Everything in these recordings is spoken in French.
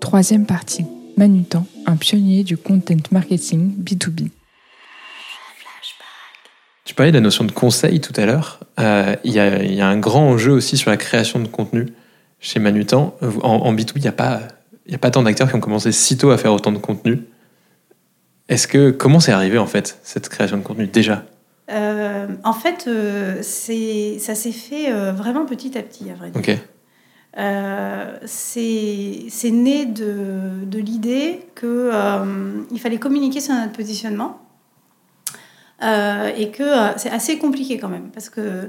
Troisième partie. Manutan, un pionnier du content marketing B2B. Tu parlais de la notion de conseil tout à l'heure. Il y a un grand enjeu aussi sur la création de contenu chez Manutan. En B2B, il n'y a pas tant d'acteurs qui ont commencé si tôt à faire autant de contenu. Comment c'est arrivé en fait, cette création de contenu déjà ? En fait, ça s'est fait vraiment petit à petit, à vrai dire. Ok. C'est né de l'idée qu'il fallait communiquer sur notre positionnement et que c'est assez compliqué quand même parce que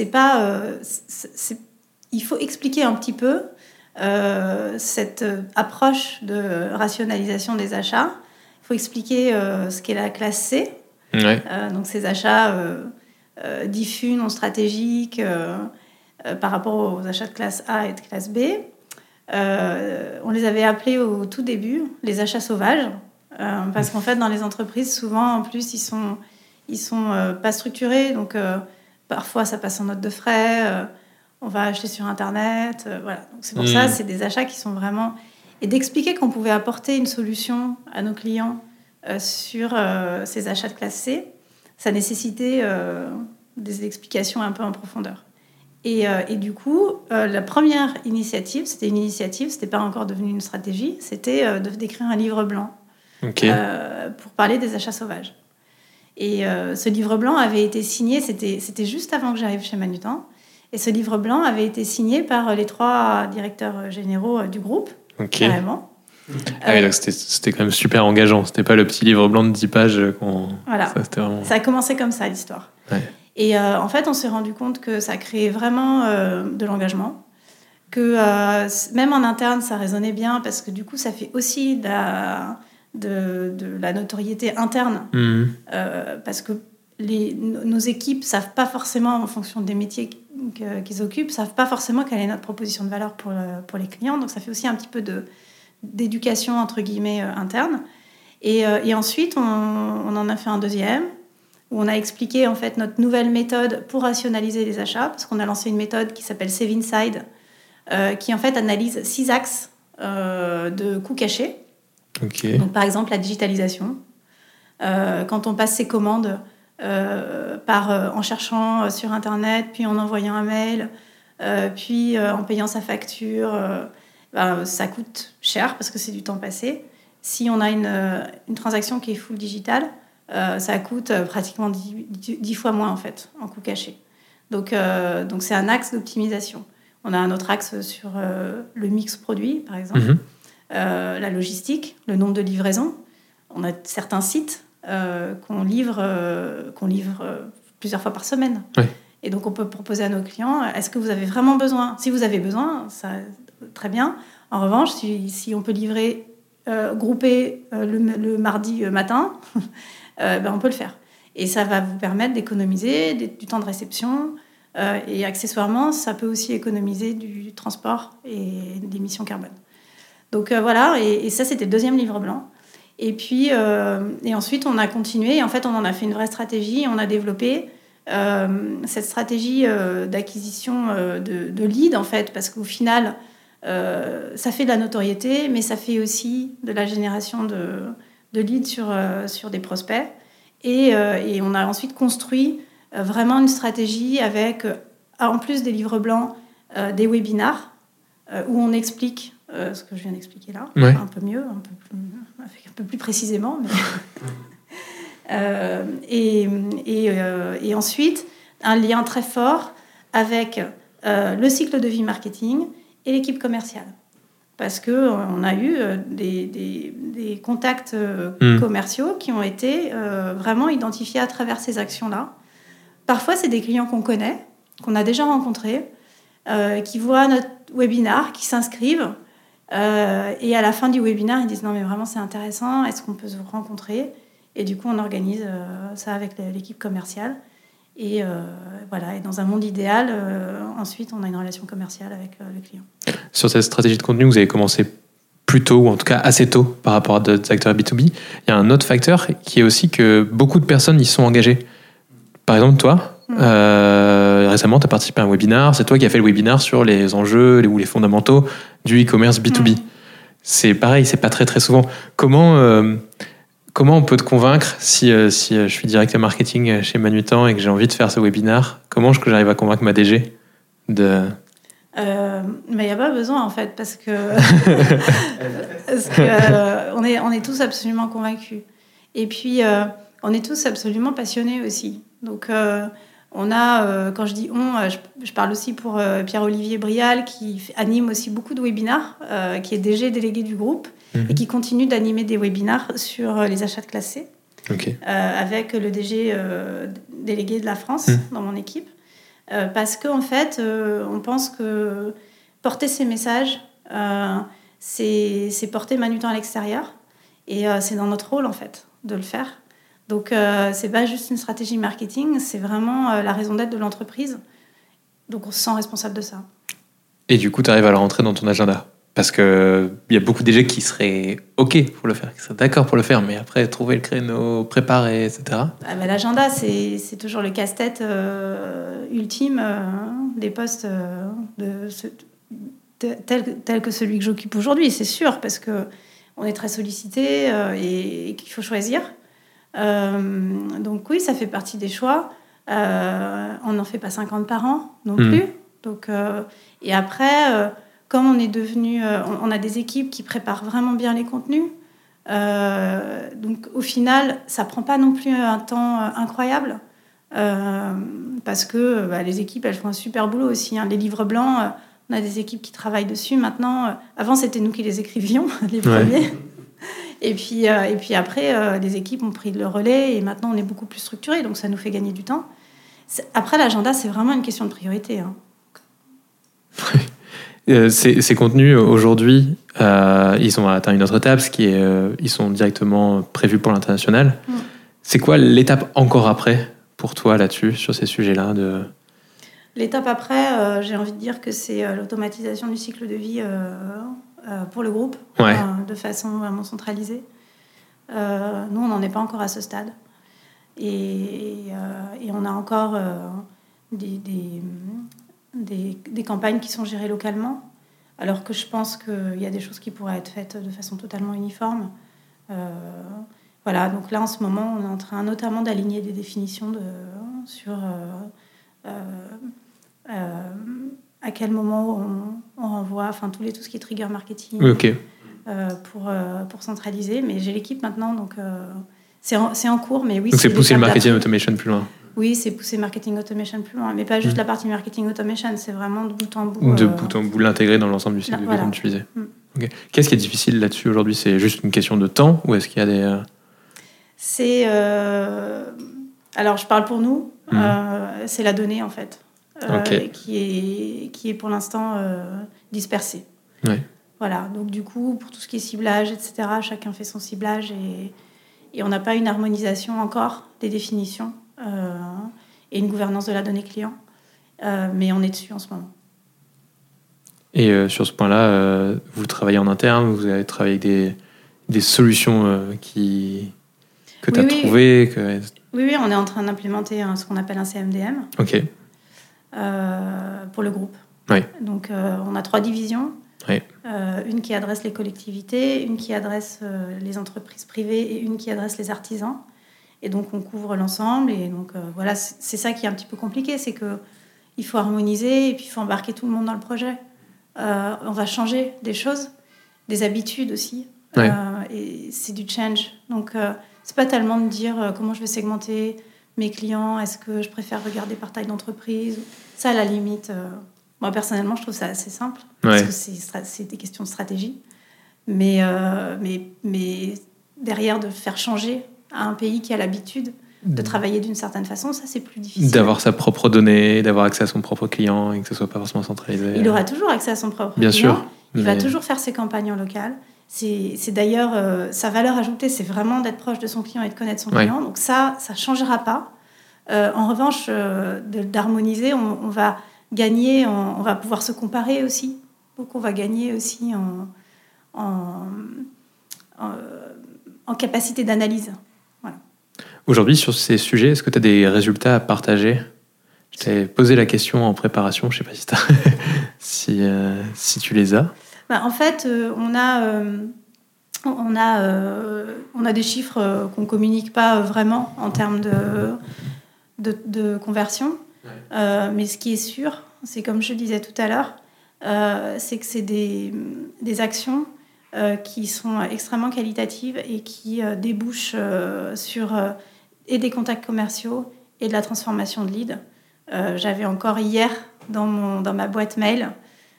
il faut expliquer un petit peu cette approche de rationalisation des achats. Il faut expliquer ce qu'est la classe C. Ouais. Donc ces achats diffus, non stratégiques par rapport aux achats de classe A et de classe B. On les avait appelés au tout début les achats sauvages parce qu'en fait dans les entreprises souvent en plus ils sont pas structurés, donc parfois ça passe en note de frais, on va acheter sur internet, voilà. Donc c'est pour ça, c'est des achats qui sont vraiment, et d'expliquer qu'on pouvait apporter une solution à nos clients sur ces achats de classe C, ça nécessitait des explications un peu en profondeur. Et du coup, la première initiative, c'était pas encore devenu une stratégie, c'était d'écrire un livre blanc pour parler des achats sauvages. Et ce livre blanc avait été signé, c'était juste avant que j'arrive chez Manutan, et ce livre blanc avait été signé par les 3 directeurs généraux du groupe, carrément. Ah oui, donc c'était quand même super engageant. C'était pas le petit livre blanc de 10 pages Voilà. Ça a commencé comme ça, l'histoire. Ouais. Et en fait, on s'est rendu compte que ça créait vraiment de l'engagement, que même en interne, ça résonnait bien, parce que du coup, ça fait aussi de la notoriété interne, parce que nos équipes savent pas forcément, en fonction des métiers qu'ils occupent, savent pas forcément quelle est notre proposition de valeur pour les clients. Donc, ça fait aussi un petit peu d'éducation, entre guillemets, interne. Et ensuite, on en a fait un deuxième, où on a expliqué en fait notre nouvelle méthode pour rationaliser les achats, parce qu'on a lancé une méthode qui s'appelle Save Inside, qui en fait analyse 6 axes de coûts cachés. Donc par exemple la digitalisation, quand on passe ses commandes en cherchant sur internet, puis en envoyant un mail, puis en payant sa facture, ça coûte cher parce que c'est du temps passé. Si on a une transaction qui est full digital, ça coûte pratiquement 10 fois moins en fait, en coût caché. Donc c'est un axe d'optimisation. On a un autre axe sur le mix produit, par exemple, la logistique, le nombre de livraisons. On a certains sites qu'on livre plusieurs fois par semaine. Oui. Et donc on peut proposer à nos clients, est-ce que vous avez vraiment besoin ? Si vous avez besoin, ça très bien. En revanche, si on peut livrer groupé le mardi matin, on peut le faire. Et ça va vous permettre d'économiser du temps de réception et accessoirement, ça peut aussi économiser du transport et des émissions carbone. Donc voilà, et ça, c'était le deuxième livre blanc. Et puis, et ensuite, on a continué. Et en fait, on en a fait une vraie stratégie. On a développé cette stratégie d'acquisition de leads, en fait, parce qu'au final, ça fait de la notoriété, mais ça fait aussi de la génération de leads sur des prospects. Et on a ensuite construit vraiment une stratégie avec, en plus des livres blancs, des webinars où on explique ce que je viens d'expliquer là, un peu mieux, un peu plus précisément. Et ensuite, un lien très fort avec le cycle de vie marketing et l'équipe commerciale. Parce qu'on a eu des contacts commerciaux qui ont été vraiment identifiés à travers ces actions-là. Parfois, c'est des clients qu'on connaît, qu'on a déjà rencontrés, qui voient notre webinar, qui s'inscrivent, et à la fin du webinar, ils disent « Non, mais vraiment, c'est intéressant, est-ce qu'on peut se rencontrer ?» Et du coup, on organise ça avec l'équipe commerciale. Et voilà, et dans un monde idéal, ensuite, on a une relation commerciale avec le client. Sur cette stratégie de contenu, vous avez commencé plus tôt, ou en tout cas assez tôt par rapport à d'autres acteurs B2B. Il y a un autre facteur qui est aussi que beaucoup de personnes y sont engagées. Par exemple, toi, récemment, tu as participé à un webinar. C'est toi qui as fait le webinar sur les enjeux ou les fondamentaux du e-commerce B2B. c'est pareil, c'est pas très très souvent. Comment on peut te convaincre si je suis directeur marketing chez Manutan et que j'ai envie de faire ce webinaire? Comment est-ce que j'arrive à convaincre ma DG de... Mais il n'y a pas besoin, en fait, parce que, on est tous absolument convaincus. Et puis, on est tous absolument passionnés aussi. Donc, on a, quand je dis on, je parle aussi pour Pierre-Olivier Brial, qui anime aussi beaucoup de webinaires, qui est DG délégué du groupe, et qui continue d'animer des webinaires sur les achats de classe C, avec le DG délégué de la France dans mon équipe. Parce qu'en fait, on pense que porter ces messages, c'est porter Manutan à l'extérieur. Et c'est dans notre rôle, en fait, de le faire. Donc, c'est pas juste une stratégie marketing, c'est vraiment la raison d'être de l'entreprise. Donc, on se sent responsable de ça. Et du coup, tu arrives à le rentrer dans ton agenda? Parce qu'il y a beaucoup de DG qui seraient OK pour le faire, qui seraient d'accord pour le faire, mais après, trouver le créneau, préparer, etc. L'agenda, c'est toujours le casse-tête ultime des postes tels que celui que j'occupe aujourd'hui, c'est sûr, parce qu'on est très sollicité et qu'il faut choisir. Donc oui, ça fait partie des choix. On n'en fait pas 50 par an non plus. Donc, et après... comme on est devenu... on a des équipes qui préparent vraiment bien les contenus. Donc, au final, ça ne prend pas non plus un temps incroyable. Parce que les équipes, elles font un super boulot aussi. Les livres blancs, on a des équipes qui travaillent dessus. Maintenant, avant, c'était nous qui les écrivions, les premiers. Et puis après, les équipes ont pris le relais. Et maintenant, on est beaucoup plus structuré. Donc, ça nous fait gagner du temps. Après, l'agenda, c'est vraiment une question de priorité. Ces contenus, aujourd'hui, ils ont atteint une autre étape, ils sont directement prévus pour l'international. C'est quoi l'étape encore après pour toi là-dessus, sur ces sujets-là L'étape après, j'ai envie de dire que c'est l'automatisation du cycle de vie pour le groupe, de façon vraiment centralisée. Nous, on n'en est pas encore à ce stade. Et on a encore des campagnes qui sont gérées localement, alors que je pense qu'il y a des choses qui pourraient être faites de façon totalement uniforme. Voilà, donc là, en ce moment, on est en train notamment d'aligner des définitions sur à quel moment on renvoie, enfin, tout ce qui est trigger marketing, pour centraliser. Mais j'ai l'équipe maintenant, donc c'est en cours, mais oui. Donc c'est pousser le marketing automation plus loin. Oui, c'est pousser marketing automation plus loin, mais pas juste la partie marketing automation, c'est vraiment de bout en bout. De bout en bout, l'intégrer dans l'ensemble du cycle de vie, comme tu disais. Qu'est-ce qui est difficile là-dessus aujourd'hui? C'est juste une question de temps, ou est-ce qu'il y a des... C'est... Alors, je parle pour nous. C'est la donnée, en fait, qui est pour l'instant dispersée. Voilà, donc du coup, pour tout ce qui est ciblage, etc., chacun fait son ciblage et on n'a pas une harmonisation encore des définitions. Et une gouvernance de la donnée client. Mais on est dessus en ce moment. Et sur ce point-là, vous travaillez en interne, vous avez travaillé avec des solutions que tu as trouvées Oui, on est en train d'implémenter ce qu'on appelle un CMDM pour le groupe. Donc, on a 3 divisions. Une qui adresse les collectivités, une qui adresse les entreprises privées et une qui adresse les artisans. Et donc, on couvre l'ensemble. Et donc, voilà, c'est ça qui est un petit peu compliqué. C'est qu'il faut harmoniser et puis il faut embarquer tout le monde dans le projet. On va changer des choses, des habitudes aussi. Et c'est du change. Donc, c'est pas tellement de dire comment je vais segmenter mes clients. Est-ce que je préfère regarder par taille d'entreprise? Ça, à la limite, moi, personnellement, je trouve ça assez simple. Parce que c'est des questions de stratégie. Mais derrière, de faire changer à un pays qui a l'habitude de travailler d'une certaine façon, ça c'est plus difficile. D'avoir sa propre donnée, d'avoir accès à son propre client et que ce soit pas forcément centralisé. Il aura toujours accès à son propre client. Bien sûr. Il va toujours faire ses campagnes en local. C'est d'ailleurs sa valeur ajoutée, c'est vraiment d'être proche de son client et de connaître son client. Donc ça changera pas. En revanche, d'harmoniser, on va gagner, on va pouvoir se comparer aussi. Donc on va gagner aussi en capacité d'analyse. Aujourd'hui, sur ces sujets, est-ce que tu as des résultats à partager? Je t'ai posé la question en préparation, je ne sais pas si tu les as. En fait, on a des chiffres qu'on ne communique pas vraiment en termes de conversion. Ouais. Mais ce qui est sûr, c'est comme je le disais tout à l'heure, c'est que c'est des actions qui sont extrêmement qualitatives et qui débouchent sur et des contacts commerciaux et de la transformation de leads. J'avais encore hier dans ma boîte mail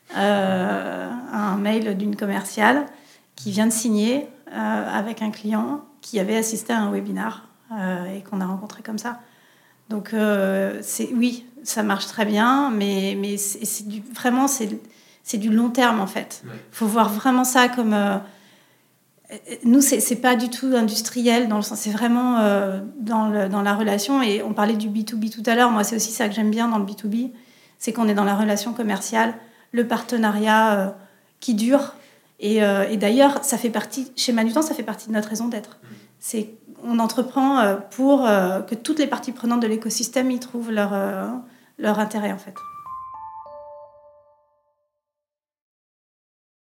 un mail d'une commerciale qui vient de signer avec un client qui avait assisté à un webinar et qu'on a rencontré comme ça. Donc oui, ça marche très bien, mais vraiment c'est du long terme en fait. Il faut voir vraiment ça comme nous c'est pas du tout industriel dans le sens, c'est vraiment dans la relation. Et on parlait du B2B tout à l'heure. Moi c'est aussi ça que j'aime bien dans le B2B, c'est qu'on est dans la relation commerciale, le partenariat qui dure. Et d'ailleurs, ça fait partie, chez Manutan, ça fait partie de notre raison d'être. On entreprend pour que toutes les parties prenantes de l'écosystème y trouvent leur intérêt, en fait.